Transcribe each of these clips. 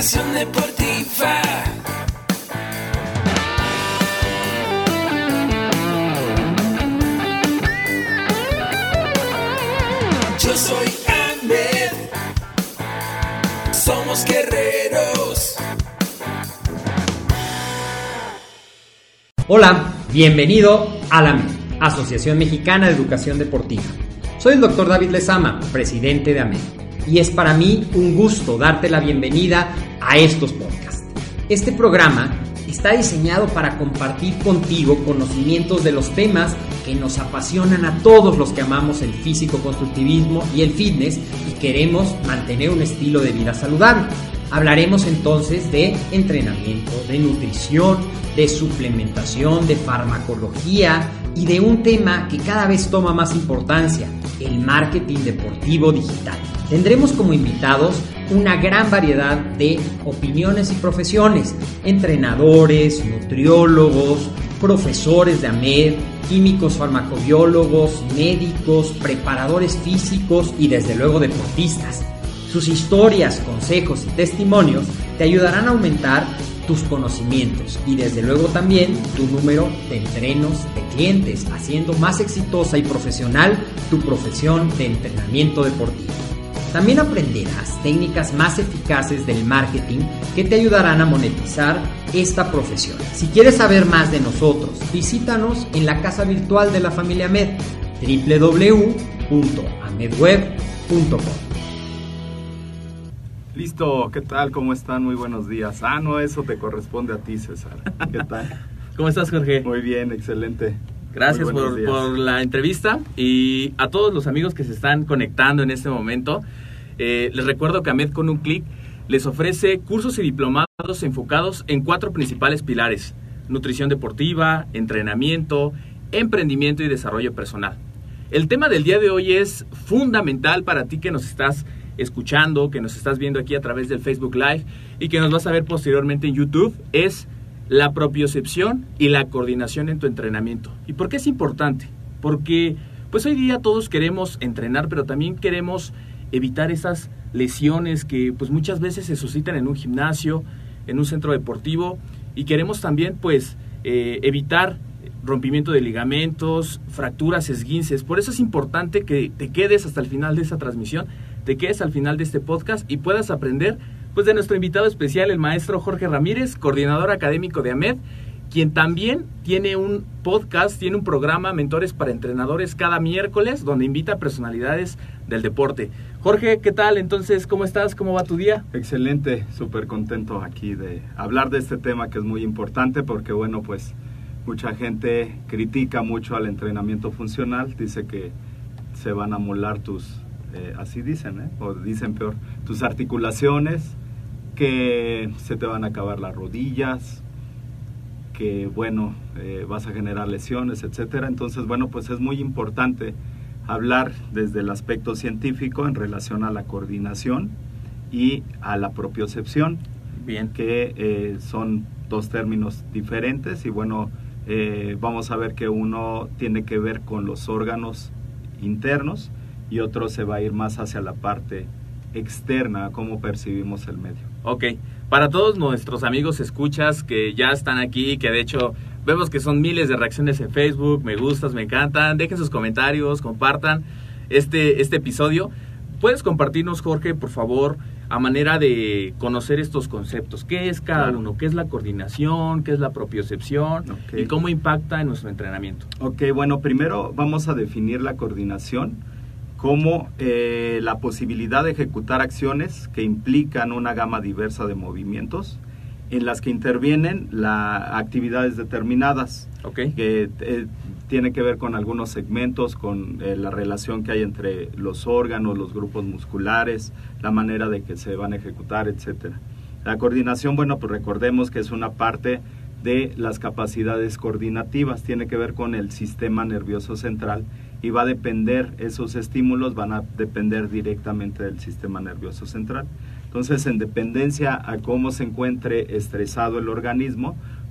Educación deportiva. Yo soy Ahmed. Somos guerreros. Hola, bienvenido a la AMED, Asociación Mexicana de Educación Deportiva. Soy el Dr. David Lezama, presidente de AMED, y es para mí un gusto darte la bienvenida a estos podcasts. Este programa está diseñado para compartir contigo conocimientos de los temas que nos apasionan a todos los que amamos el físico-constructivismo y el fitness y queremos mantener un estilo de vida saludable. Hablaremos entonces de entrenamiento, de nutrición, de suplementación, de farmacología y de un tema que cada vez toma más importancia, el marketing deportivo digital. Tendremos como invitados una gran variedad de opiniones y profesiones, entrenadores, nutriólogos, profesores de AMED, químicos farmacobiólogos, médicos, preparadores físicos y desde luego deportistas. Sus historias, consejos y testimonios te ayudarán a aumentar tus conocimientos y desde luego también tu número de entrenos de clientes, haciendo más exitosa y profesional tu profesión de entrenamiento deportivo. También aprenderás técnicas más eficaces del marketing que te ayudarán a monetizar esta profesión. Si quieres saber más de nosotros, visítanos en la casa virtual de la familia AMED, www.amedweb.com. Listo, ¿qué tal? ¿Cómo están? Muy buenos días. No, eso te corresponde a ti, César. ¿Qué tal? ¿Cómo estás, Jorge? Muy bien, excelente. Gracias por la entrevista y a todos los amigos que se están conectando en este momento. Les recuerdo que AMED con un clic les ofrece cursos y diplomados enfocados en 4 principales pilares: nutrición deportiva, entrenamiento, emprendimiento y desarrollo personal. El tema del día de hoy es fundamental para ti que nos estás escuchando, que nos estás viendo aquí a través del Facebook Live y que nos vas a ver posteriormente en YouTube, es la propiocepción y la coordinación en tu entrenamiento. ¿Y por qué es importante? Porque pues hoy día todos queremos entrenar, pero también queremos evitar esas lesiones que pues muchas veces se suscitan en un gimnasio, en un centro deportivo, y queremos también pues evitar rompimiento de ligamentos, fracturas, esguinces. Por eso es importante que te quedes hasta el final de esta transmisión, te quedes al final de este podcast y puedas aprender pues de nuestro invitado especial, el maestro Jorge Ramírez, coordinador académico de AMED, quien también tiene un podcast, tiene un programa Mentores para Entrenadores cada miércoles, donde invita a personalidades del deporte. Jorge, ¿qué tal? Entonces, ¿cómo estás? ¿Cómo va tu día? Excelente, súper contento aquí de hablar de este tema que es muy importante porque, bueno, pues mucha gente critica mucho al entrenamiento funcional, dice que se van a molar tus, así dicen, o dicen peor, tus articulaciones, que se te van a acabar las rodillas, que bueno, vas a generar lesiones, etcétera. Entonces, bueno, pues es muy importante hablar desde el aspecto científico en relación a la coordinación y a la propiocepción. Bien. Que son 2 términos diferentes y bueno, vamos a ver que uno tiene que ver con los órganos internos y otro se va a ir más hacia la parte externa, cómo percibimos el medio. Ok, para todos nuestros amigos escuchas que ya están aquí, que de hecho vemos que son miles de reacciones en Facebook, me gustas, me encantan, dejen sus comentarios, compartan este episodio. ¿Puedes compartirnos, Jorge, por favor, a manera de conocer estos conceptos? ¿Qué es cada uno? ¿Qué es la coordinación? ¿Qué es la propiocepción? Okay. ¿Y cómo impacta en nuestro entrenamiento? Ok, bueno, primero vamos a definir la coordinación como la posibilidad de ejecutar acciones que implican una gama diversa de movimientos en las que intervienen actividades determinadas, Okay. que tiene que ver con algunos segmentos, con la relación que hay entre los órganos, los grupos musculares, la manera de que se van a ejecutar, etcétera. La coordinación, bueno, pues recordemos que es una parte de las capacidades coordinativas, tiene que ver con el sistema nervioso central y va a depender, esos estímulos van a depender directamente del sistema nervioso central. Entonces, en dependencia a cómo se encuentre estresado el organismo,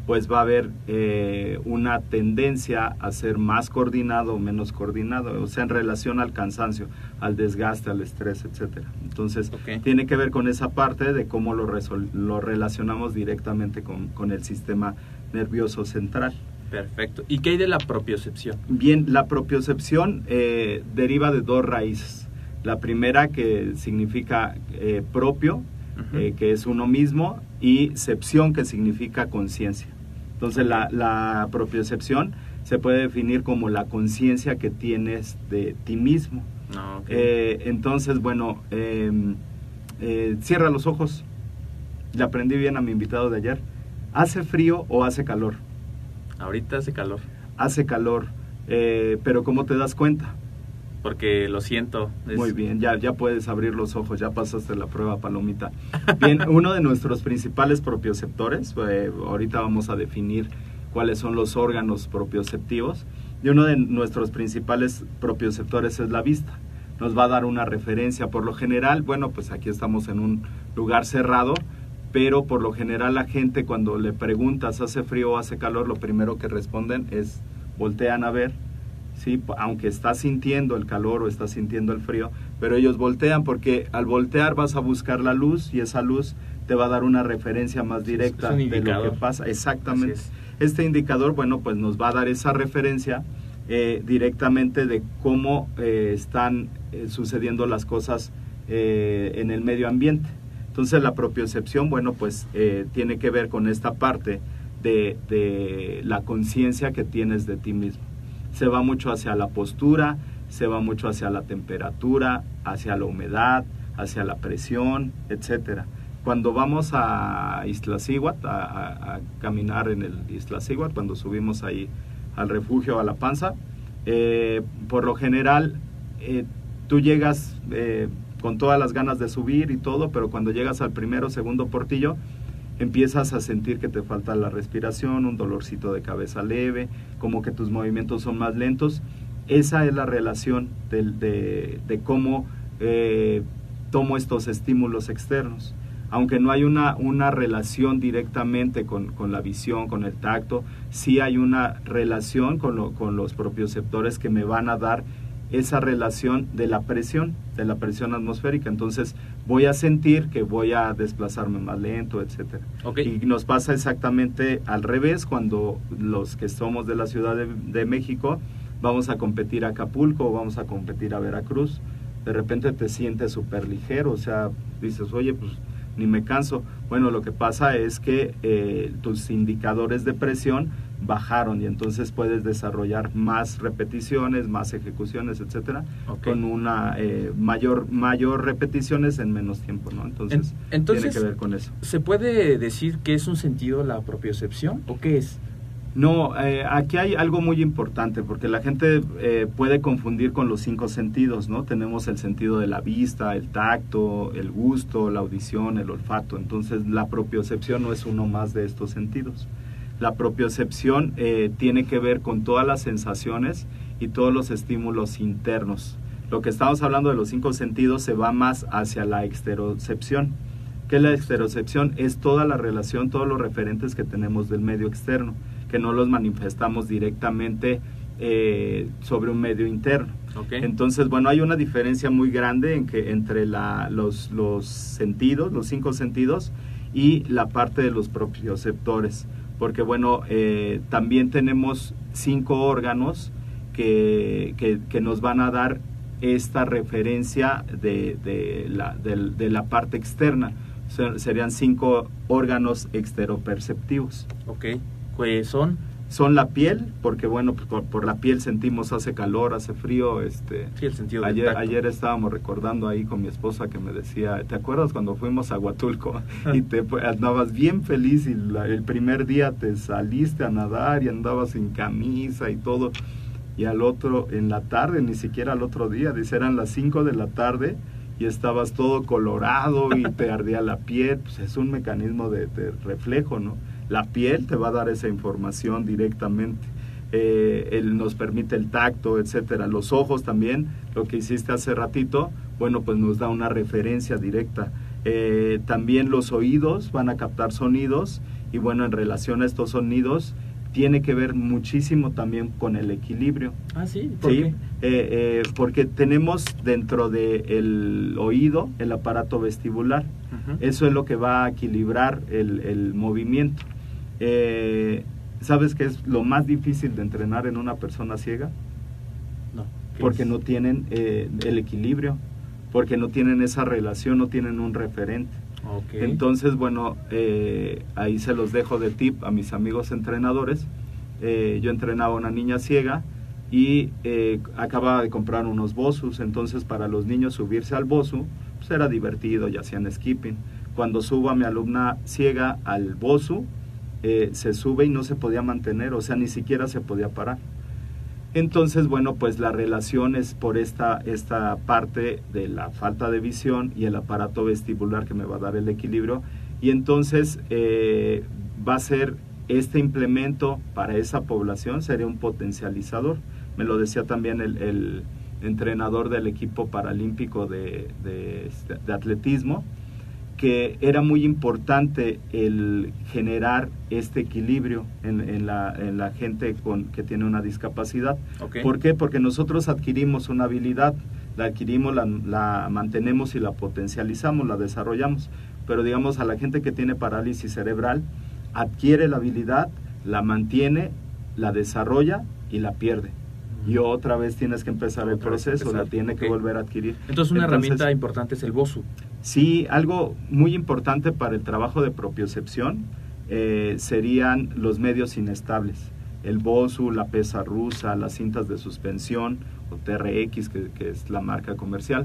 pues va a haber una tendencia a ser más coordinado o menos coordinado, o sea, en relación al cansancio, al desgaste, al estrés, etcétera. Entonces, tiene que ver con esa parte de cómo lo relacionamos directamente con el sistema nervioso central. Perfecto. ¿Y qué hay de la propiocepción? Bien, la propiocepción deriva de dos raíces. La primera, que significa propio, que es uno mismo, y cepción, que significa conciencia. Entonces, la propiocepción se puede definir como la conciencia que tienes de ti mismo. Entonces, bueno, cierra los ojos. Le aprendí bien a mi invitado de ayer. ¿Hace frío o hace calor? Ahorita hace calor. Hace calor, pero ¿cómo te das cuenta? Porque lo siento. Muy bien, ya puedes abrir los ojos, ya pasaste la prueba, palomita. Bien, uno de nuestros principales propioceptores, ahorita vamos a definir cuáles son los órganos propioceptivos, y uno de nuestros principales propioceptores es la vista. Nos va a dar una referencia. Por lo general, bueno, pues aquí estamos en un lugar cerrado, pero por lo general la gente, cuando le preguntas ¿hace frío o hace calor?, lo primero que responden es voltean a ver, ¿sí? Aunque estás sintiendo el calor o estás sintiendo el frío, pero ellos voltean, porque al voltear vas a buscar la luz, y esa luz te va a dar una referencia más directa de lo que pasa. Exactamente. Este indicador, bueno, pues nos va a dar esa referencia directamente de cómo están sucediendo las cosas en el medio ambiente. Entonces, la propiocepción, bueno, pues tiene que ver con esta parte de la conciencia que tienes de ti mismo. Se va mucho hacia la postura, se va mucho hacia la temperatura, hacia la humedad, hacia la presión, etcétera. Cuando vamos a Iztaccíhuatl, a caminar en el Iztaccíhuatl, cuando subimos ahí al refugio, a la Panza, por lo general tú llegas con todas las ganas de subir y todo, pero cuando llegas al primero o segundo portillo, empiezas a sentir que te falta la respiración, un dolorcito de cabeza leve, como que tus movimientos son más lentos. Esa es la relación de cómo tomo estos estímulos externos. Aunque no hay una relación directamente con la visión, con el tacto, sí hay una relación con los propioceptores que me van a dar esa relación de la presión atmosférica. Entonces voy a sentir que voy a desplazarme más lento, etcétera. Y nos pasa exactamente al revés cuando los que somos de la Ciudad de México vamos a competir a Acapulco o vamos a competir a Veracruz. De repente te sientes súper ligero, o sea, dices, oye, pues ni me canso. Bueno, lo que pasa es que tus indicadores de presión bajaron, y entonces puedes desarrollar más repeticiones, más ejecuciones, etcétera, con una mayor repeticiones en menos tiempo, ¿no? Entonces tiene que ver con eso. ¿Se puede decir que es un sentido la propiocepción o qué es? No, aquí hay algo muy importante, porque la gente puede confundir con los 5 sentidos, ¿no? Tenemos el sentido de la vista, el tacto, el gusto, la audición, el olfato. Entonces, la propiocepción no es uno más de estos sentidos. La propiocepción tiene que ver con todas las sensaciones y todos los estímulos internos. Lo que estamos hablando de los 5 sentidos se va más hacia la exterocepción. ¿Qué es la exterocepción? Es toda la relación, todos los referentes que tenemos del medio externo, que no los manifestamos directamente sobre un medio interno. Entonces, bueno, hay una diferencia muy grande entre los sentidos, los 5 sentidos, y la parte de los propioceptores, porque bueno, también tenemos 5 órganos que nos van a dar esta referencia de la parte externa. Serían 5 órganos exteroperceptivos. Pues son la piel, porque bueno, pues por la piel sentimos hace calor, hace frío. Sí, el sentido del tacto. Ayer estábamos recordando ahí con mi esposa que me decía, ¿te acuerdas cuando fuimos a Huatulco y andabas bien feliz y el primer día te saliste a nadar y andabas sin camisa y todo, y al otro, en la tarde, ni siquiera al otro día, dice, eran las 5 de la tarde y estabas todo colorado y te ardía la piel? Pues es un mecanismo de reflejo, ¿no? La piel te va a dar esa información directamente. Nos permite el tacto, etcétera. Los ojos también, lo que hiciste hace ratito, bueno, pues nos da una referencia directa. También los oídos van a captar sonidos y bueno, en relación a estos sonidos, tiene que ver muchísimo también con el equilibrio. Ah, sí, ¿por qué? Porque tenemos dentro del oído el aparato vestibular. Eso es lo que va a equilibrar el movimiento. ¿Sabes qué es lo más difícil de entrenar en una persona ciega? No. Porque no tienen el equilibrio, porque no tienen esa relación, no tienen un referente. Okay. Entonces, bueno, ahí se los dejo de tip a mis amigos entrenadores. Yo entrenaba a una niña ciega y acababa de comprar unos Bosus. Entonces, para los niños subirse al Bosu pues era divertido y hacían skipping. Cuando subo a mi alumna ciega al Bosu, se sube y no se podía mantener, o sea, ni siquiera se podía parar. Entonces, bueno, pues la relación es por esta parte de la falta de visión y el aparato vestibular que me va a dar el equilibrio, y entonces va a ser este implemento para esa población, sería un potencializador. Me lo decía también el entrenador del equipo paralímpico de atletismo, que era muy importante el generar este equilibrio en la gente que tiene una discapacidad. Okay. ¿Por qué? Porque nosotros adquirimos una habilidad, la adquirimos, la mantenemos y la potencializamos, la desarrollamos. Pero digamos, a la gente que tiene parálisis cerebral, adquiere la habilidad, la mantiene, la desarrolla y la pierde. Y otra vez tienes que empezar el proceso, la tiene que volver a adquirir. Entonces una herramienta importante es el Bosu. Sí, algo muy importante para el trabajo de propiocepción serían los medios inestables. El Bosu, la pesa rusa, las cintas de suspensión, o TRX, que es la marca comercial.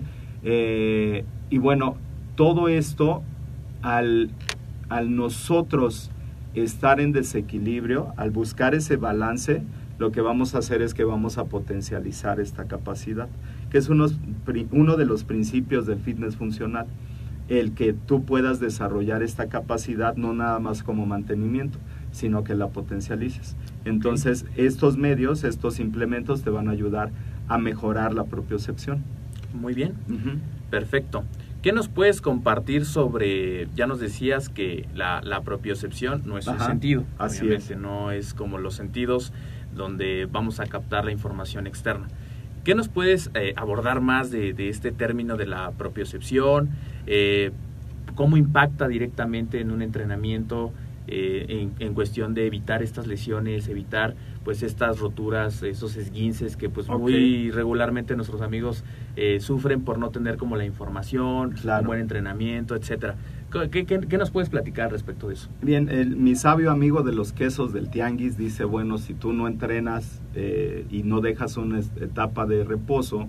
Y bueno, todo esto, al nosotros estar en desequilibrio, al buscar ese balance, lo que vamos a hacer es que vamos a potencializar esta capacidad, que es uno de los principios del fitness funcional, el que tú puedas desarrollar esta capacidad no nada más como mantenimiento, sino que la potencialices. Entonces, estos medios, estos implementos te van a ayudar a mejorar la propiocepción. Muy bien, perfecto. ¿Qué nos puedes compartir sobre, ya nos decías que la propiocepción no es un sentido, obviamente, no es como los sentidos donde vamos a captar la información externa. ¿Qué nos puedes abordar más de este término de la propiocepción? ¿Cómo impacta directamente en un entrenamiento en cuestión de evitar estas lesiones, evitar pues estas roturas, esos esguinces que pues muy regularmente nuestros amigos sufren por no tener como la información, un buen entrenamiento, etcétera? ¿Qué nos puedes platicar respecto de eso? Bien, mi sabio amigo de los quesos del tianguis dice, bueno, si tú no entrenas y no dejas una etapa de reposo,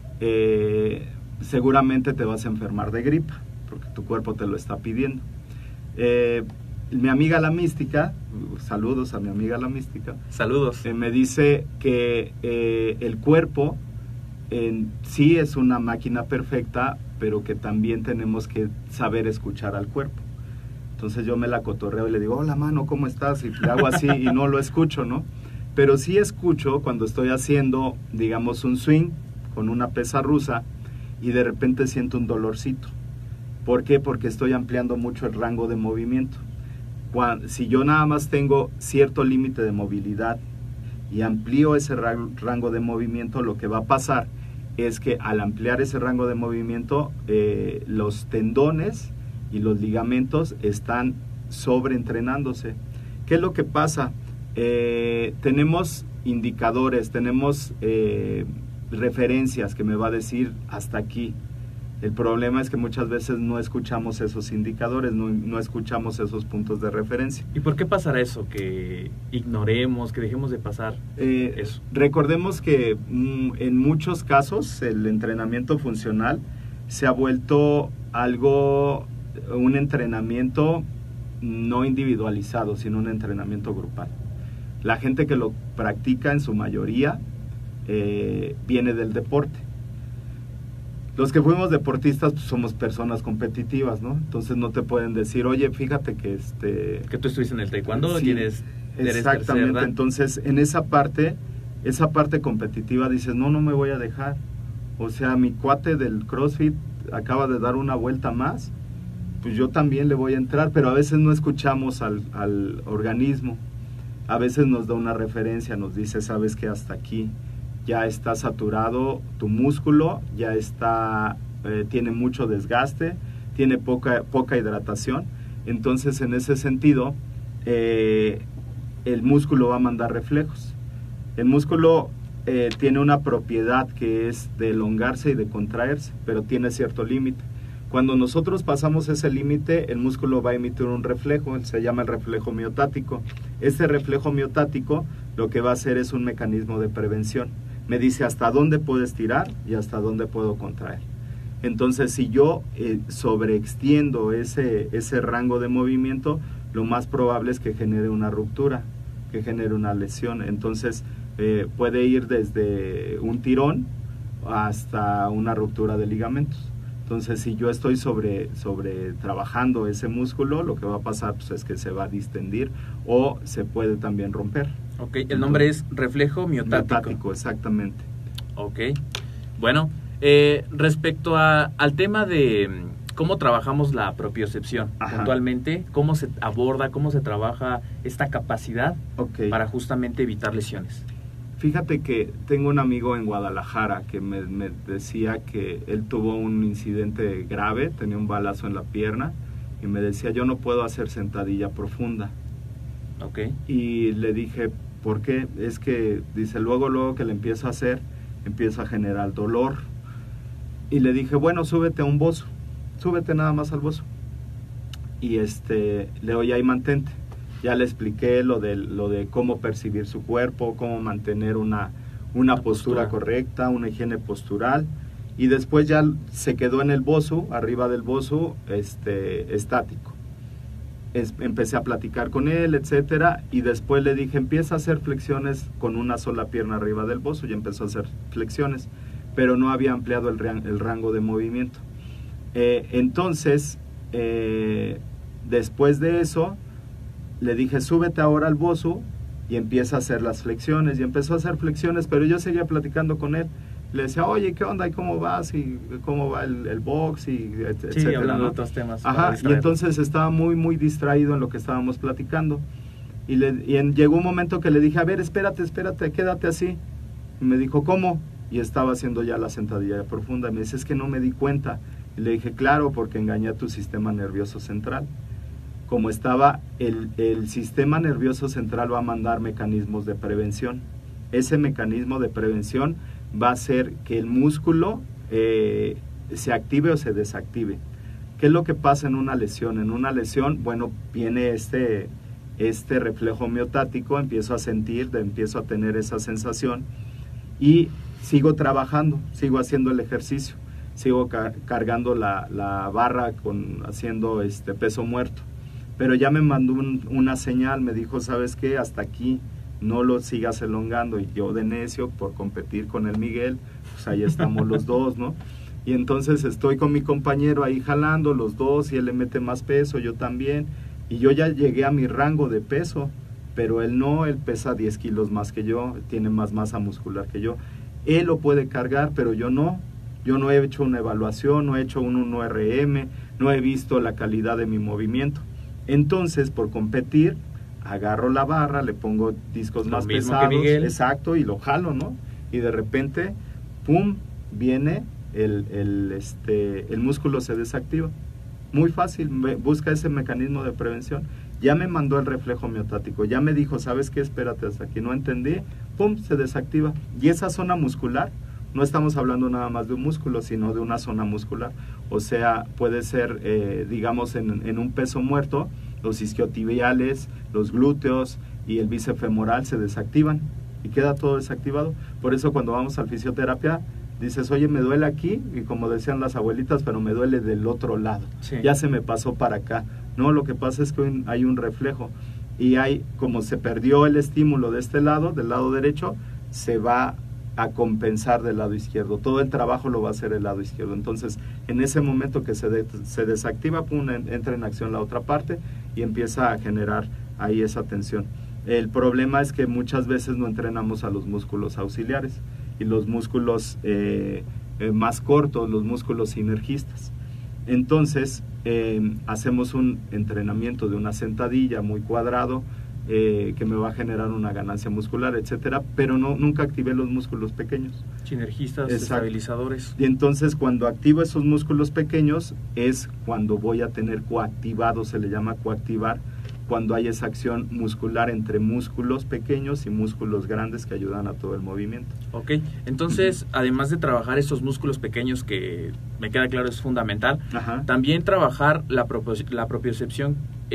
seguramente te vas a enfermar de gripa, porque tu cuerpo te lo está pidiendo. Mi amiga la mística, saludos a mi amiga la mística. Saludos. Me dice que el cuerpo sí es una máquina perfecta, pero que también tenemos que saber escuchar al cuerpo. Entonces yo me la cotorreo y le digo, hola mano, ¿cómo estás? Y le hago así y no lo escucho, ¿no? Pero sí escucho cuando estoy haciendo, digamos, un swing con una pesa rusa y de repente siento un dolorcito. ¿Por qué? Porque estoy ampliando mucho el rango de movimiento. Si yo nada más tengo cierto límite de movilidad y amplío ese rango de movimiento, lo que va a pasar es que al ampliar ese rango de movimiento, los tendones y los ligamentos están sobreentrenándose. ¿Qué es lo que pasa? Tenemos indicadores, tenemos referencias que me va a decir hasta aquí. El problema es que muchas veces no escuchamos esos indicadores, no escuchamos esos puntos de referencia. ¿Y por qué pasará eso? Que ignoremos, que dejemos de pasar eso. Recordemos que en muchos casos el entrenamiento funcional se ha vuelto un entrenamiento no individualizado, sino un entrenamiento grupal. La gente que lo practica en su mayoría viene del deporte. Los que fuimos deportistas pues, somos personas competitivas, ¿no? Entonces no te pueden decir, oye, fíjate que que tú estuviste en el taekwondo, sí, eres exactamente, tercera. Entonces en esa parte competitiva dices, no me voy a dejar. O sea, mi cuate del CrossFit acaba de dar una vuelta más pues yo también le voy a entrar, pero a veces no escuchamos al organismo. A veces nos da una referencia, nos dice, sabes que hasta aquí ya está saturado tu músculo, ya está, tiene mucho desgaste, tiene poca hidratación. Entonces, en ese sentido, el músculo va a mandar reflejos. El músculo tiene una propiedad que es de elongarse y de contraerse, pero tiene cierto límite. Cuando nosotros pasamos ese límite, el músculo va a emitir un reflejo, se llama el reflejo miotático. Este reflejo miotático lo que va a hacer es un mecanismo de prevención. Me dice hasta dónde puedo estirar y hasta dónde puedo contraer. Entonces, si yo sobreextiendo ese rango de movimiento, lo más probable es que genere una ruptura, que genere una lesión. Entonces, puede ir desde un tirón hasta una ruptura de ligamentos. Entonces, si yo estoy sobre trabajando ese músculo, lo que va a pasar pues, es que se va a distendir o se puede también romper. Ok, el nombre es reflejo miotático. Miotático, exactamente. Ok, bueno, respecto al tema de cómo trabajamos la propiocepción, puntualmente, cómo se aborda, cómo se trabaja esta capacidad para justamente evitar lesiones. Fíjate que tengo un amigo en Guadalajara que me decía que él tuvo un incidente grave, tenía un balazo en la pierna y me decía, yo no puedo hacer sentadilla profunda. Okay. Y le dije, ¿por qué? Es que, dice, luego que le empiezo a hacer, empieza a generar dolor. Y le dije, bueno, súbete a un bozo, súbete nada más al bozo. Y le digo, ya y mantente. Ya le expliqué lo de cómo percibir su cuerpo, cómo mantener una postura correcta, una higiene postural. Y después ya se quedó en el bozo, arriba del bozo, estático. Empecé a platicar con él, etcétera, y después le dije, empieza a hacer flexiones con una sola pierna arriba del bozo, y empezó a hacer flexiones, pero no había ampliado el rango de movimiento. Entonces, después de eso, le dije, súbete ahora al bozo y empieza a hacer las flexiones. Y empezó a hacer flexiones, pero yo seguía platicando con él. Le decía, oye, ¿qué onda? ¿Y cómo vas? ¿Y cómo va el box? Y etcétera, sí, hablando de otros temas. Ajá, y entonces estaba muy, muy distraído en lo que estábamos platicando. Y llegó un momento que le dije, a ver, espérate, quédate así. Y me dijo, ¿cómo? Y estaba haciendo ya la sentadilla profunda. Y me dice, es que no me di cuenta. Y le dije, claro, porque engañé a tu sistema nervioso central. Como estaba, el sistema nervioso central va a mandar mecanismos de prevención. Ese mecanismo de prevención va a hacer que el músculo se active o se desactive. ¿Qué es lo que pasa en una lesión? En una lesión, bueno, viene este reflejo miotático, empiezo a sentir, empiezo a tener esa sensación y sigo trabajando, sigo haciendo el ejercicio, sigo cargando la barra haciendo peso muerto. Pero ya me mandó una señal, me dijo, ¿sabes qué? Hasta aquí, no lo sigas elongando. Y yo de necio, por competir con el Miguel, pues ahí estamos los dos, ¿no? Y entonces estoy con mi compañero ahí jalando los dos, y él le mete más peso, yo también. Y yo ya llegué a mi rango de peso, pero él no, él pesa 10 kilos más que yo, tiene más masa muscular que yo. Él lo puede cargar, pero yo no. Yo no he hecho una evaluación, no he hecho un 1RM, no he visto la calidad de mi movimiento. Entonces, por competir, agarro la barra, le pongo discos más pesados, exacto, y lo jalo, ¿no? Y de repente, pum, viene el músculo se desactiva. Muy fácil, busca ese mecanismo de prevención. Ya me mandó el reflejo miotático, ya me dijo, ¿sabes qué? Espérate hasta aquí, no entendí, pum, se desactiva. Y esa zona muscular, no estamos hablando nada más de un músculo, sino de una zona muscular. O sea, puede ser, digamos, en un peso muerto, los isquiotibiales, los glúteos y el bíceps femoral se desactivan y queda todo desactivado. Por eso cuando vamos al fisioterapia, dices, oye, me duele aquí, y como decían las abuelitas, pero me duele del otro lado. Sí. Ya se me pasó para acá. No, lo que pasa es que hay un reflejo. Y como se perdió el estímulo de este lado, del lado derecho, se va a compensar del lado izquierdo. Todo el trabajo lo va a hacer el lado izquierdo. Entonces, en ese momento que se desactiva, pum, entra en acción la otra parte y empieza a generar ahí esa tensión. El problema es que muchas veces no entrenamos a los músculos auxiliares y los músculos más cortos, los músculos sinergistas. Entonces, hacemos un entrenamiento de una sentadilla muy cuadrado, que me va a generar una ganancia muscular, etcétera, pero nunca activé los músculos pequeños. Sinergistas, estabilizadores. Y entonces cuando activo esos músculos pequeños es cuando voy a tener coactivado, se le llama coactivar, cuando hay esa acción muscular entre músculos pequeños y músculos grandes que ayudan a todo el movimiento. Ok, entonces, además de trabajar esos músculos pequeños, que me queda claro es fundamental, Ajá. también trabajar la propiocepción,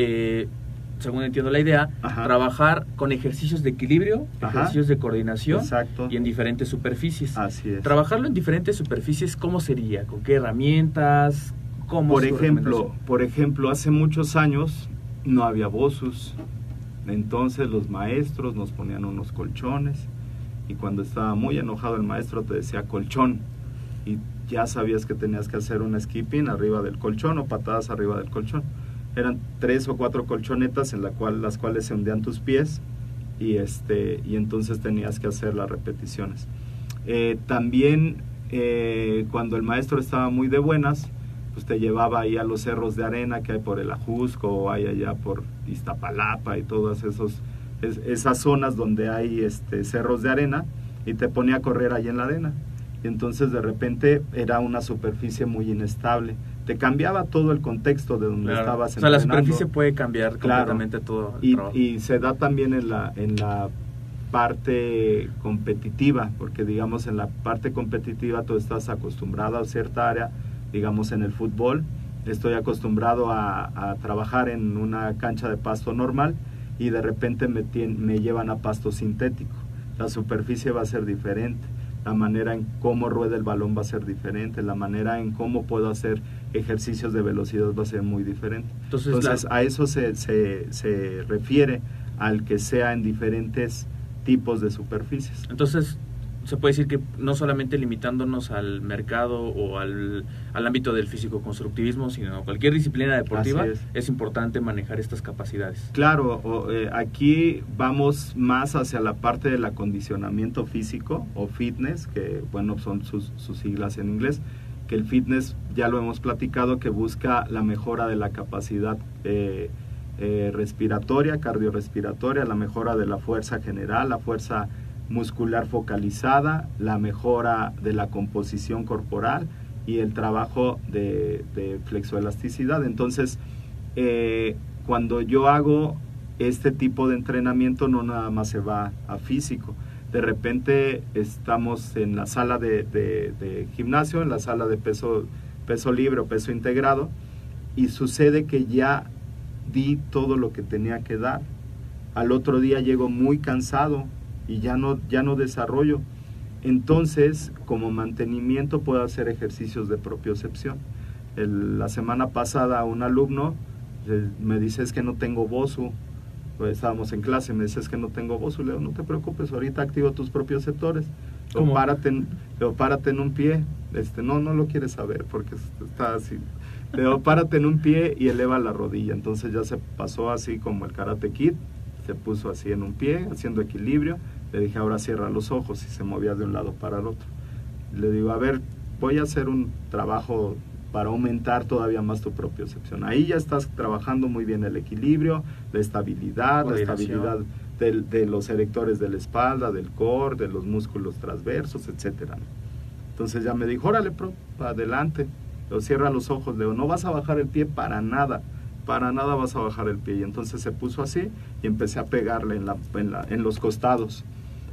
según entiendo la idea, Ajá. trabajar con ejercicios de equilibrio, Ajá. ejercicios de coordinación. Exacto. Y en diferentes superficies. Así es. Trabajarlo en diferentes superficies, ¿cómo sería? ¿Con qué herramientas? ¿Cómo? Por ejemplo, hace muchos años no había BOSUs, entonces los maestros nos ponían unos colchones y cuando estaba muy enojado el maestro te decía colchón y ya sabías que tenías que hacer un skipping arriba del colchón o patadas arriba del colchón. Eran 3 o 4 colchonetas en las cuales se hundían tus pies y entonces tenías que hacer las repeticiones. También cuando el maestro estaba muy de buenas, pues te llevaba ahí a los cerros de arena que hay por el Ajusco o hay allá por Iztapalapa y todas esas zonas donde hay cerros de arena y te ponía a correr ahí en la arena. Y entonces de repente era una superficie muy inestable. Te cambiaba todo el contexto de donde estabas entrenando. O sea, la superficie puede cambiar completamente todo el trabajo. Y se da también en la parte competitiva, porque digamos en la parte competitiva tú estás acostumbrado a cierta área. Digamos en el fútbol estoy acostumbrado a trabajar en una cancha de pasto normal y de repente me llevan a pasto sintético. La superficie va a ser diferente, la manera en cómo rueda el balón va a ser diferente, la manera en cómo puedo hacer ejercicios de velocidad va a ser muy diferente. Entonces a eso se refiere al que sea en diferentes tipos de superficies. Entonces se puede decir que no solamente limitándonos al mercado o al ámbito del físico-constructivismo, sino cualquier disciplina deportiva, es importante manejar estas capacidades. Claro, aquí vamos más hacia la parte del acondicionamiento físico o fitness, que bueno, son sus siglas en inglés, que el fitness ya lo hemos platicado, que busca la mejora de la capacidad respiratoria, cardiorrespiratoria, la mejora de la fuerza general, la fuerza muscular focalizada, la mejora de la composición corporal y el trabajo de flexoelasticidad. Entonces, cuando yo hago este tipo de entrenamiento, no nada más se va a físico. De repente estamos en la sala de gimnasio, en la sala de peso libre o peso integrado, y sucede que ya di todo lo que tenía que dar. Al otro día llego muy cansado y ya no desarrollo. Entonces, como mantenimiento puedo hacer ejercicios de propiocepción. La semana pasada un alumno me dice, es que no tengo BOSU. Pues estábamos en clase, me dice, es que no tengo BOSU. Le digo, no te preocupes, ahorita activo tus propioceptores. Párate en un pie. No lo quieres saber porque está así. Le digo, párate en un pie y eleva la rodilla. Entonces ya se pasó así como el Karate Kid. Se puso así en un pie, haciendo equilibrio. Le dije, ahora cierra los ojos, y se movía de un lado para el otro. Le digo, a ver, voy a hacer un trabajo para aumentar todavía más tu propiocepción. Ahí ya estás trabajando muy bien el equilibrio, la estabilidad de los erectores de la espalda, del core, de los músculos transversos, etcétera. Entonces ya me dijo, órale, adelante. Lo cierra los ojos, le digo, no vas a bajar el pie para nada vas a bajar el pie. Y entonces se puso así y empecé a pegarle en los costados.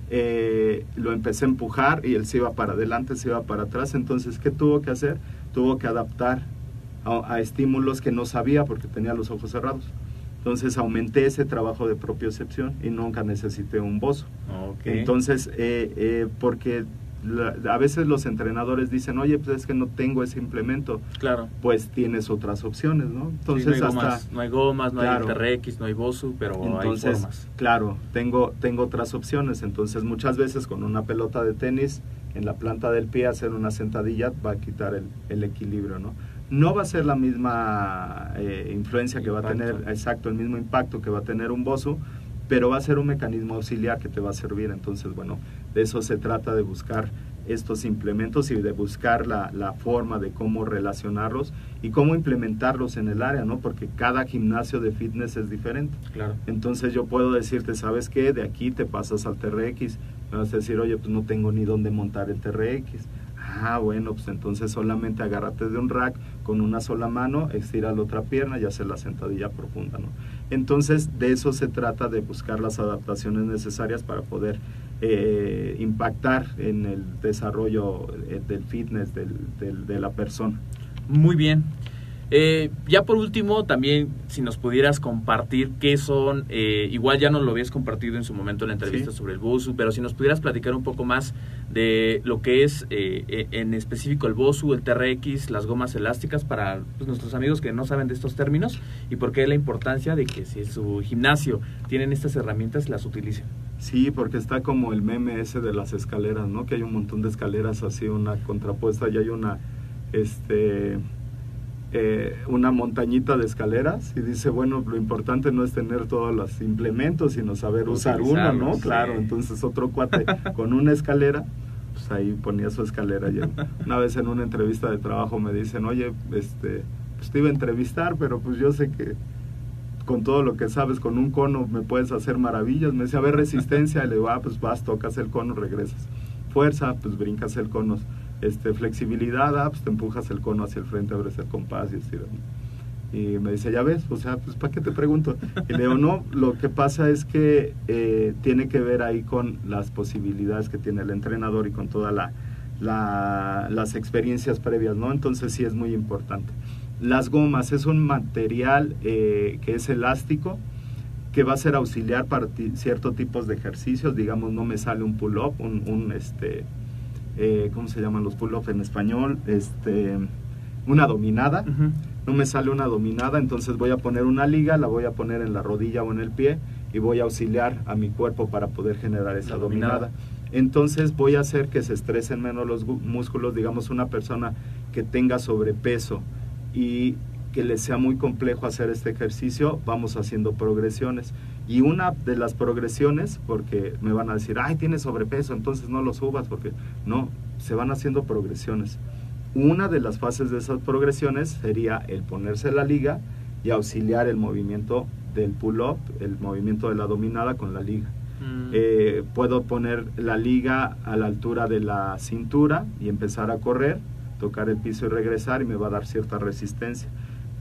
Lo empecé a empujar y él se iba para adelante, se iba para atrás. Entonces, ¿qué tuvo que hacer? Tuvo que adaptar a estímulos que no sabía porque tenía los ojos cerrados. Entonces aumenté ese trabajo de propiocepción y nunca necesité un BOSU. Okay. Entonces, porque a veces los entrenadores dicen, oye, pues es que no tengo ese implemento. Claro. Pues tienes otras opciones, ¿no? Entonces, sí, no hay gomas, no hay TRX, no hay BOSU, pero entonces, hay formas. Claro, tengo otras opciones. Entonces, muchas veces con una pelota de tenis en la planta del pie, hacer una sentadilla va a quitar el equilibrio, ¿no? No va a ser la misma influencia que va a tener, exacto, el mismo impacto que va a tener un BOSU, pero va a ser un mecanismo auxiliar que te va a servir. Entonces, bueno, de eso se trata, de buscar estos implementos y de buscar la forma de cómo relacionarlos y cómo implementarlos en el área, ¿no? Porque cada gimnasio de fitness es diferente. Claro. Entonces yo puedo decirte, ¿sabes qué? De aquí te pasas al TRX. Me vas a decir, oye, pues no tengo ni dónde montar el TRX. Ah, bueno, pues entonces solamente agárrate de un rack con una sola mano, estira la otra pierna y hace la sentadilla profunda, ¿no? Entonces, de eso se trata, de buscar las adaptaciones necesarias para poder impactar en el desarrollo del fitness de la persona. Muy bien. Ya por último, también si nos pudieras compartir qué son, igual ya nos lo habías compartido en su momento en la entrevista, sí, sobre el BOSU, pero si nos pudieras platicar un poco más de lo que es en específico el BOSU, el TRX, las gomas elásticas, para pues, nuestros amigos que no saben de estos términos, y por qué la importancia de que si en su gimnasio tienen estas herramientas, las utilicen. Sí, porque está como el meme ese de las escaleras, ¿no? Que hay un montón de escaleras así, una contrapuesta, y hay una montañita de escaleras, y dice, bueno, lo importante no es tener todos los implementos, sino saber usar uno, ¿no? Sí. Claro, entonces otro cuate con una escalera, pues ahí ponía su escalera. Y una vez en una entrevista de trabajo me dicen, oye, pues te iba a entrevistar, pero pues yo sé que con todo lo que sabes, con un cono me puedes hacer maravillas. Me decía, a ver, resistencia, y le digo, pues vas, tocas el cono, regresas. Fuerza, pues brincas el cono. Flexibilidad, pues te empujas el cono hacia el frente, abres el compás y estiras. Y me dice, ya ves, o sea, pues ¿para qué te pregunto? Y le digo, no, lo que pasa es que tiene que ver ahí con las posibilidades que tiene el entrenador y con todas las experiencias previas, ¿no? Entonces sí es muy importante. Las gomas es un material que es elástico, que va a ser auxiliar para ciertos tipos de ejercicios. Digamos, no me sale un pull-up, ¿cómo se llaman los pull-ups en español? Una dominada. Uh-huh. No me sale una dominada, entonces voy a poner una liga, la voy a poner en la rodilla o en el pie y voy a auxiliar a mi cuerpo para poder generar esa dominada. Entonces voy a hacer que se estresen menos los músculos. Digamos, una persona que tenga sobrepeso y que le sea muy complejo hacer este ejercicio, vamos haciendo progresiones. Y una de las progresiones, porque me van a decir, ay, tienes sobrepeso, entonces no lo subas, porque no, se van haciendo progresiones. Una de las fases de esas progresiones sería el ponerse la liga y auxiliar el movimiento del pull-up, el movimiento de la dominada con la liga. Puedo poner la liga a la altura de la cintura y empezar a correr, tocar el piso y regresar, y me va a dar cierta resistencia.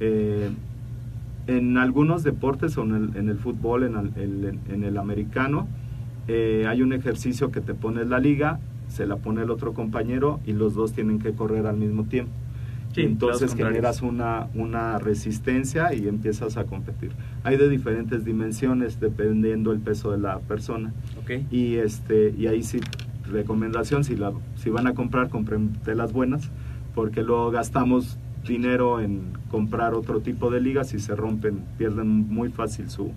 En algunos deportes, o en el fútbol, en el americano, hay un ejercicio que te pones la liga, se la pone el otro compañero y los dos tienen que correr al mismo tiempo. Sí, entonces generas una resistencia y empiezas a competir. Hay de diferentes dimensiones dependiendo el peso de la persona. Okay. Y ahí sí, recomendación, si van a comprar, compren de las buenas, porque luego gastamos dinero en comprar otro tipo de ligas y se rompen, pierden muy fácil su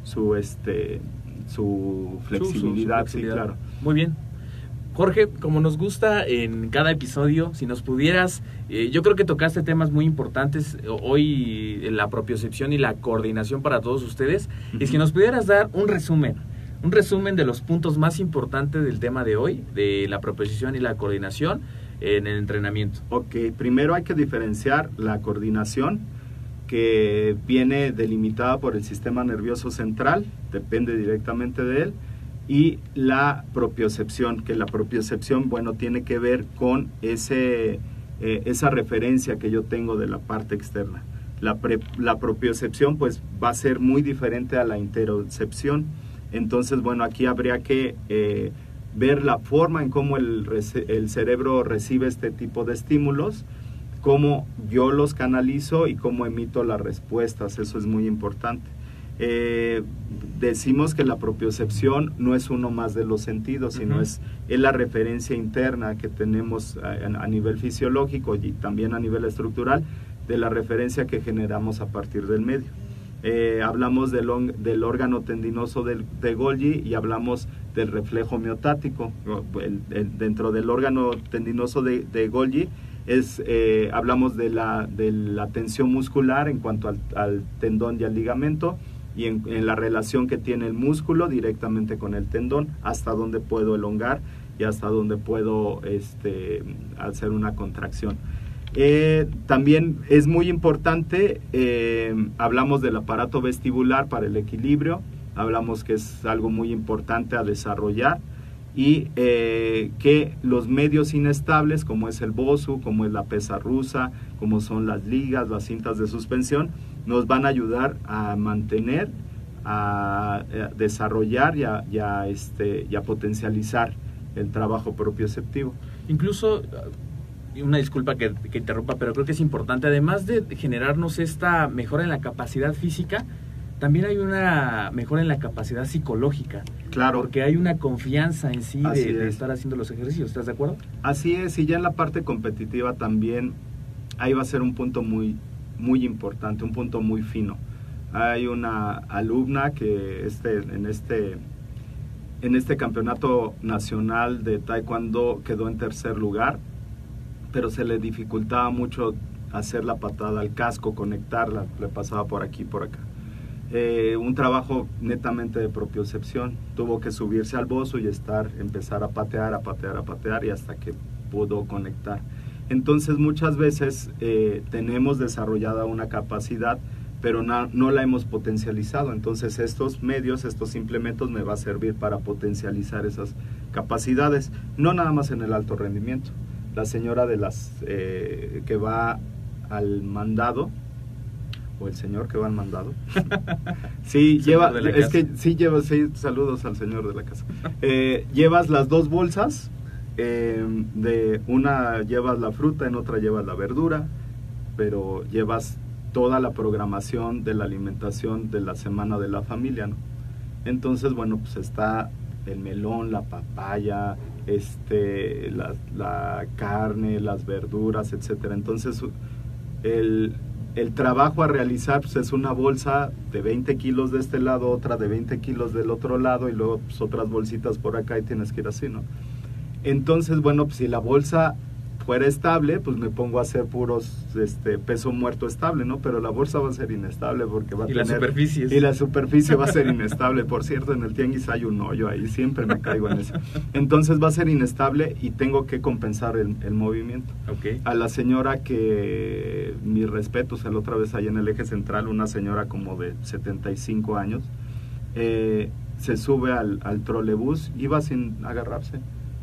flexibilidad. Sí, claro. Muy bien. Jorge, como nos gusta en cada episodio, si nos pudieras, yo creo que tocaste temas muy importantes hoy, la propiocepción y la coordinación para todos ustedes, y si nos pudieras dar un resumen de los puntos más importantes del tema de hoy, de la propiocepción y la coordinación en el entrenamiento. Ok, primero hay que diferenciar la coordinación, que viene delimitada por el sistema nervioso central, depende directamente de él, y la propiocepción, que la propiocepción, bueno, tiene que ver con esa referencia que yo tengo de la parte externa. La propiocepción, pues, va a ser muy diferente a la interocepción. Entonces, bueno, aquí habría que ver la forma en cómo el cerebro recibe este tipo de estímulos, cómo yo los canalizo y cómo emito las respuestas. Eso es muy importante. Decimos que la propiocepción no es uno más de los sentidos, sino es la referencia interna que tenemos a nivel fisiológico y también a nivel estructural de la referencia que generamos a partir del medio. Hablamos del órgano tendinoso de Golgi y hablamos del reflejo miotático. Dentro del órgano tendinoso de Golgi hablamos de la tensión muscular en cuanto al tendón y al ligamento, y en la relación que tiene el músculo directamente con el tendón, hasta dónde puedo elongar y hasta dónde puedo hacer una contracción. También es muy importante, hablamos del aparato vestibular para el equilibrio, hablamos que es algo muy importante a desarrollar, y que los medios inestables, como es el BOSU, como es la pesa rusa, como son las ligas, las cintas de suspensión, nos van a ayudar a mantener, a desarrollar y a potencializar el trabajo propioceptivo. Incluso, una disculpa que interrumpa, pero creo que es importante, además de generarnos esta mejora en la capacidad física, también hay una mejora en la capacidad psicológica. Claro. Porque hay una confianza en sí de estar haciendo los ejercicios. ¿Estás de acuerdo? Así es, y ya en la parte competitiva también, ahí va a ser un punto muy, muy importante, un punto muy fino. Hay una alumna que en este campeonato nacional de taekwondo quedó en tercer lugar, pero se le dificultaba mucho hacer la patada al casco, conectarla, le pasaba por aquí, por acá. Un trabajo netamente de propiocepción. Tuvo que subirse al bozo y empezar a patear y hasta que pudo conectar. Entonces muchas veces tenemos desarrollada una capacidad, pero no la hemos potencializado. Entonces estos medios, estos implementos me va a servir para potencializar esas capacidades, no nada más en el alto rendimiento. La señora de que va al mandado, o el señor que va al mandado. Sí, saludos al señor de la casa. Llevas las dos bolsas, de una llevas la fruta, en otra llevas la verdura, pero llevas toda la programación de la alimentación de la semana de la familia, ¿no? Entonces, bueno, pues está el melón, la papaya, la carne, las verduras, etcétera. Entonces, el trabajo a realizar, pues, es una bolsa de 20 kilos de este lado, otra de 20 kilos del otro lado, y luego pues, otras bolsitas por acá, y tienes que ir así, ¿no? Entonces, bueno, pues si la bolsa fuera estable, pues me pongo a hacer puros peso muerto estable, ¿no? Pero la bolsa va a ser inestable porque va a tener... Y la superficie va a ser inestable. Por cierto, en el tianguis hay un hoyo ahí, siempre me caigo en eso. Entonces va a ser inestable y tengo que compensar el movimiento. Okay. A la señora que, mis respetos, la otra vez ahí en el eje central, una señora como de 75 años, se sube al trolebús, iba sin agarrarse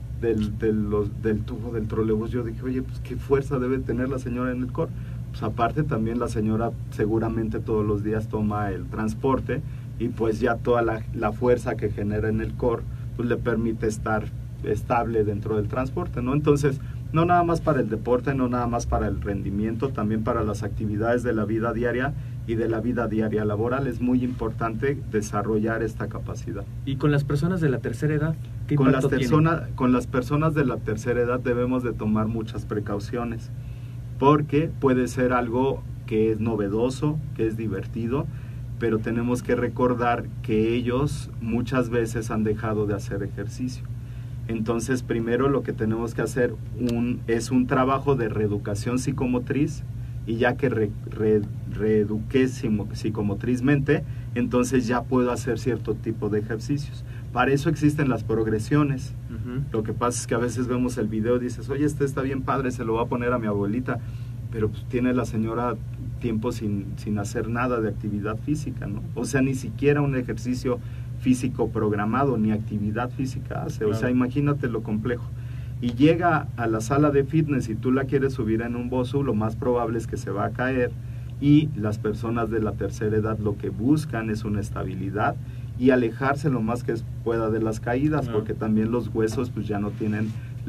del tubo del trolebús. Yo dije, oye, pues qué fuerza debe tener la señora en el core. Pues aparte también la señora seguramente todos los días toma el transporte, y pues ya toda la fuerza que genera en el core pues le permite estar estable dentro del transporte, ¿no? Entonces, no nada más para el deporte, no nada más para el rendimiento, también para las actividades de la vida diaria y de la vida diaria laboral es muy importante desarrollar esta capacidad. ¿Y con las personas de la tercera edad? ¿Qué Con impacto tiene? Con las personas de la tercera edad debemos de tomar muchas precauciones, porque puede ser algo que es novedoso, que es divertido, pero tenemos que recordar que ellos muchas veces han dejado de hacer ejercicio. Entonces, primero lo que tenemos que hacer es un trabajo de reeducación psicomotriz, y ya que reeduqué psicomotrizmente, entonces ya puedo hacer cierto tipo de ejercicios. Para eso existen las progresiones. Uh-huh. Lo que pasa es que a veces vemos el video y dices, oye, está bien padre, se lo voy a poner a mi abuelita, pero pues tiene la señora tiempo sin hacer nada de actividad física, ¿no? O sea, ni siquiera un ejercicio físico programado, ni actividad física hace. Claro. O sea, imagínate lo complejo. Y llega a la sala de fitness y tú la quieres subir en un bosu, lo más probable es que se va a caer, y las personas de la tercera edad lo que buscan es una estabilidad y alejarse lo más que pueda de las caídas, porque también los huesos pues ya no tienen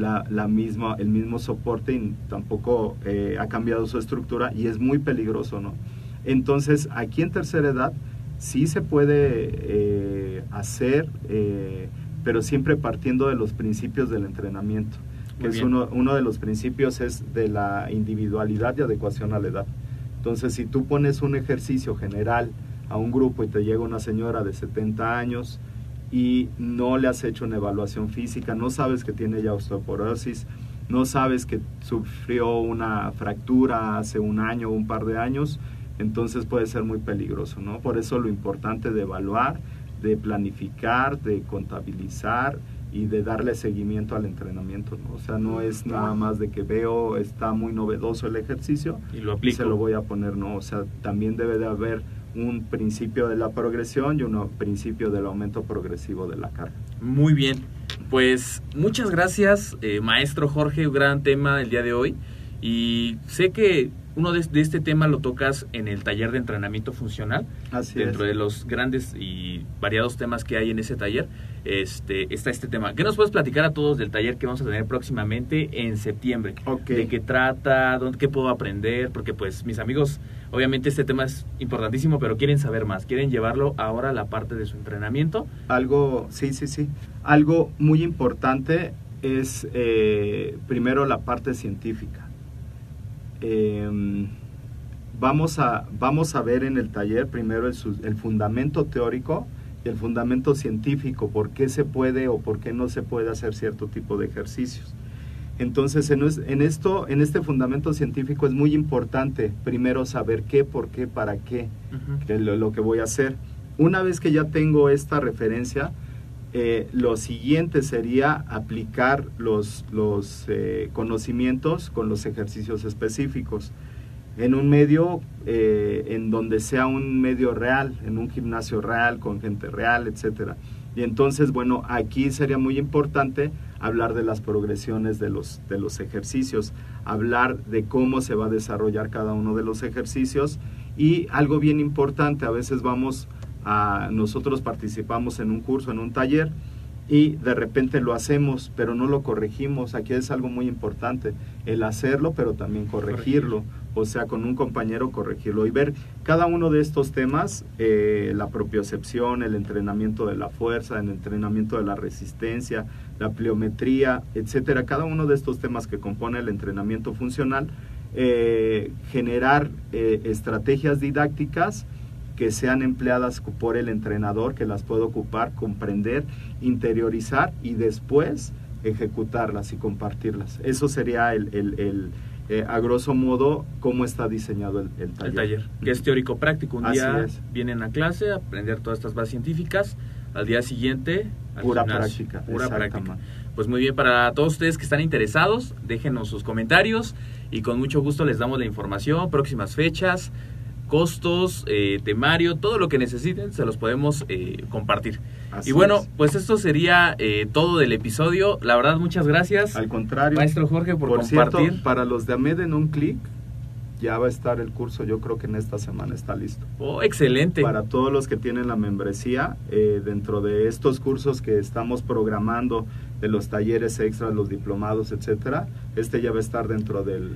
el mismo soporte, y tampoco ha cambiado su estructura, y es muy peligroso, ¿no? Entonces, aquí en tercera edad sí se puede hacer, pero siempre partiendo de los principios del entrenamiento, que es uno de los principios es de la individualidad y adecuación a la edad. Entonces, si tú pones un ejercicio general a un grupo y te llega una señora de 70 años y no le has hecho una evaluación física, no sabes que tiene ya osteoporosis, no sabes que sufrió una fractura hace un año o un par de años, entonces puede ser muy peligroso, ¿no? Por eso lo importante de evaluar, de planificar, de contabilizar y de darle seguimiento al entrenamiento, ¿no? O sea, no es nada más de que veo, está muy novedoso el ejercicio y lo aplico, se lo voy a poner, no, o sea, también debe de haber un principio de la progresión y un principio del aumento progresivo de la carga. Muy bien, pues muchas gracias, maestro Jorge, un gran tema el día de hoy, y sé que uno de este tema lo tocas en el taller de entrenamiento funcional. Así dentro es. de los grandes y variados temas que hay en ese taller, está este tema. ¿Qué nos puedes platicar a todos del taller que vamos a tener próximamente en septiembre? Okay. ¿De qué trata? ¿Qué puedo aprender? Porque pues mis amigos, obviamente este tema es importantísimo, pero quieren saber más, quieren llevarlo ahora a la parte de su entrenamiento. Sí. Algo muy importante es primero la parte científica. Vamos a ver en el taller primero el fundamento teórico y el fundamento científico, por qué se puede o por qué no se puede hacer cierto tipo de ejercicios. Entonces, en este fundamento científico es muy importante primero saber qué, por qué, para qué, lo que voy a hacer. Una vez que ya tengo esta referencia, lo siguiente sería aplicar los conocimientos con los ejercicios específicos en un medio en donde sea un medio real, en un gimnasio real, con gente real, etcétera. Y entonces, bueno, aquí sería muy importante hablar de las progresiones de los ejercicios, hablar de cómo se va a desarrollar cada uno de los ejercicios. Y algo bien importante, a veces nosotros participamos en un curso, en un taller, y de repente lo hacemos, pero no lo corregimos. Aquí es algo muy importante, el hacerlo, pero también corregirlo. O sea, con un compañero corregirlo y ver cada uno de estos temas, la propiocepción, el entrenamiento de la fuerza, el entrenamiento de la resistencia, la pliometría, etcétera. Cada uno de estos temas que compone el entrenamiento funcional, generar estrategias didácticas que sean empleadas por el entrenador, que las pueda ocupar, comprender, interiorizar y después ejecutarlas y compartirlas. Eso sería a grosso modo cómo está diseñado el taller. El taller, que es teórico práctico. Un día vienen a clase a aprender todas estas bases científicas, al día siguiente pura gimnasio, práctica. Pura práctica. Pues muy bien, para todos ustedes que están interesados, déjenos sus comentarios y con mucho gusto les damos la información, próximas fechas, costos, temario, todo lo que necesiten se los podemos compartir. Así y bueno, es. pues esto sería todo del episodio. La verdad, muchas gracias. Al contrario, maestro Jorge, por compartir. Cierto, para los de AMED en un clic, ya va a estar el curso, yo creo que en esta semana está listo. Oh, excelente. Para todos los que tienen la membresía, dentro de estos cursos que estamos programando, de los talleres extras, los diplomados, etcétera, ya va a estar dentro del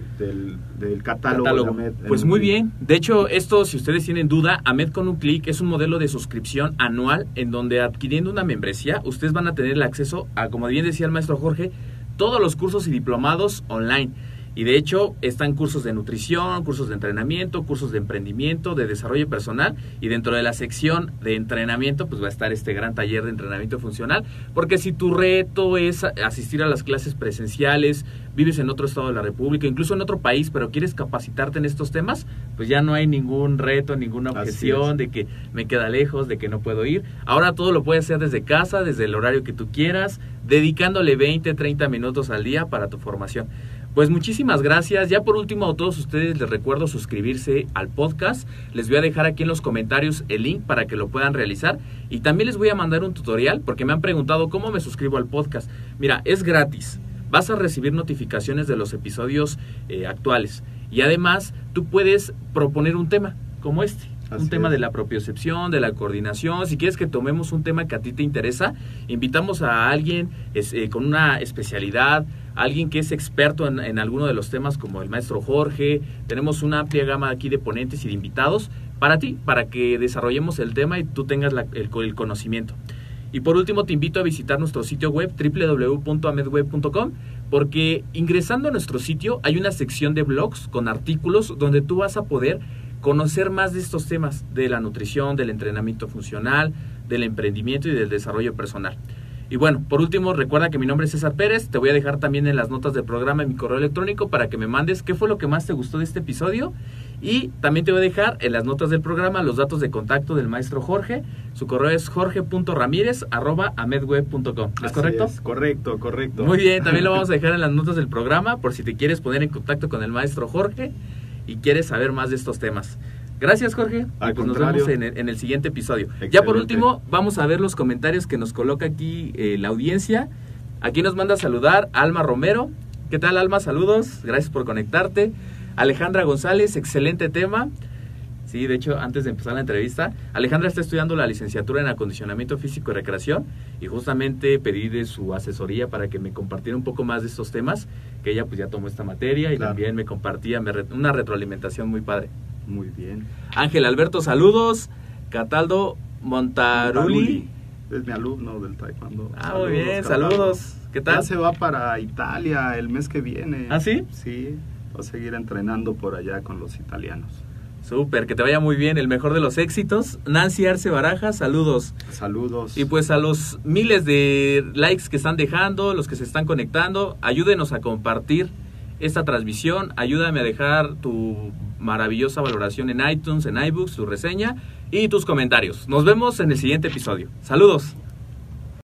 catálogo de AMED. Pues muy bien. De hecho, esto, si ustedes tienen duda, AMED con un clic es un modelo de suscripción anual en donde adquiriendo una membresía, ustedes van a tener el acceso a, como bien decía el maestro Jorge, todos los cursos y diplomados online. Y de hecho están cursos de nutrición, cursos de entrenamiento, cursos de emprendimiento, de desarrollo personal, y dentro de la sección de entrenamiento pues va a estar este gran taller de entrenamiento funcional, porque si tu reto es asistir a las clases presenciales, vives en otro estado de la República, incluso en otro país, pero quieres capacitarte en estos temas, pues ya no hay ningún reto, ninguna objeción de que me queda lejos, de que no puedo ir. Ahora todo lo puedes hacer desde casa, desde el horario que tú quieras, dedicándole 20, 30 minutos al día para tu formación. Pues muchísimas gracias. Ya por último, a todos ustedes les recuerdo suscribirse al podcast. Les voy a dejar aquí en los comentarios el link para que lo puedan realizar. Y también les voy a mandar un tutorial porque me han preguntado cómo me suscribo al podcast. Mira, es gratis. Vas a recibir notificaciones de los episodios actuales. Y además, tú puedes proponer un tema como este. Un tema de la propiocepción, de la coordinación. Si quieres que tomemos un tema que a ti te interesa, invitamos a alguien con una especialidad, alguien que es experto en alguno de los temas como el maestro Jorge. Tenemos una amplia gama aquí de ponentes y de invitados para ti, para que desarrollemos el tema y tú tengas el conocimiento. Y por último te invito a visitar nuestro sitio web www.amedweb.com, porque ingresando a nuestro sitio hay una sección de blogs con artículos donde tú vas a poder conocer más de estos temas de la nutrición, del entrenamiento funcional, del emprendimiento y del desarrollo personal. Y bueno, por último, recuerda que mi nombre es César Pérez. Te voy a dejar también en las notas del programa mi correo electrónico para que me mandes qué fue lo que más te gustó de este episodio. Y también te voy a dejar en las notas del programa los datos de contacto del maestro Jorge. Su correo es jorge.ramirez@amedweb.com. ¿Es correcto? Es, correcto. Muy bien, también lo vamos a dejar en las notas del programa por si te quieres poner en contacto con el maestro Jorge y quieres saber más de estos temas. Gracias, Jorge. Al pues contrario. nos vemos en el siguiente episodio. Excelente. Ya por último, vamos a ver los comentarios que nos coloca aquí la audiencia. Aquí nos manda a saludar Alma Romero. ¿Qué tal, Alma? Saludos. Gracias por conectarte. Alejandra González, excelente tema. Sí, de hecho, antes de empezar la entrevista, Alejandra está estudiando la licenciatura en acondicionamiento físico y recreación y justamente pedí de su asesoría para que me compartiera un poco más de estos temas, que ella pues ya tomó esta materia y Claro. también me compartía una retroalimentación muy padre. Muy bien. Ángel Alberto, saludos. Cataldo Montaruli. Es mi alumno del taekwondo. Muy bien, Cataldo. saludos. ¿Qué tal? Ya se va para Italia el mes que viene. ¿Ah, sí? Sí, va a seguir entrenando por allá con los italianos. Súper, que te vaya muy bien, el mejor de los éxitos. Nancy Arce Baraja, saludos. Saludos. Y pues a los miles de likes que están dejando, los que se están conectando, ayúdenos a compartir esta transmisión, ayúdame a dejar tu maravillosa valoración en iTunes, en iBooks, tu reseña y tus comentarios. Nos vemos en el siguiente episodio. Saludos.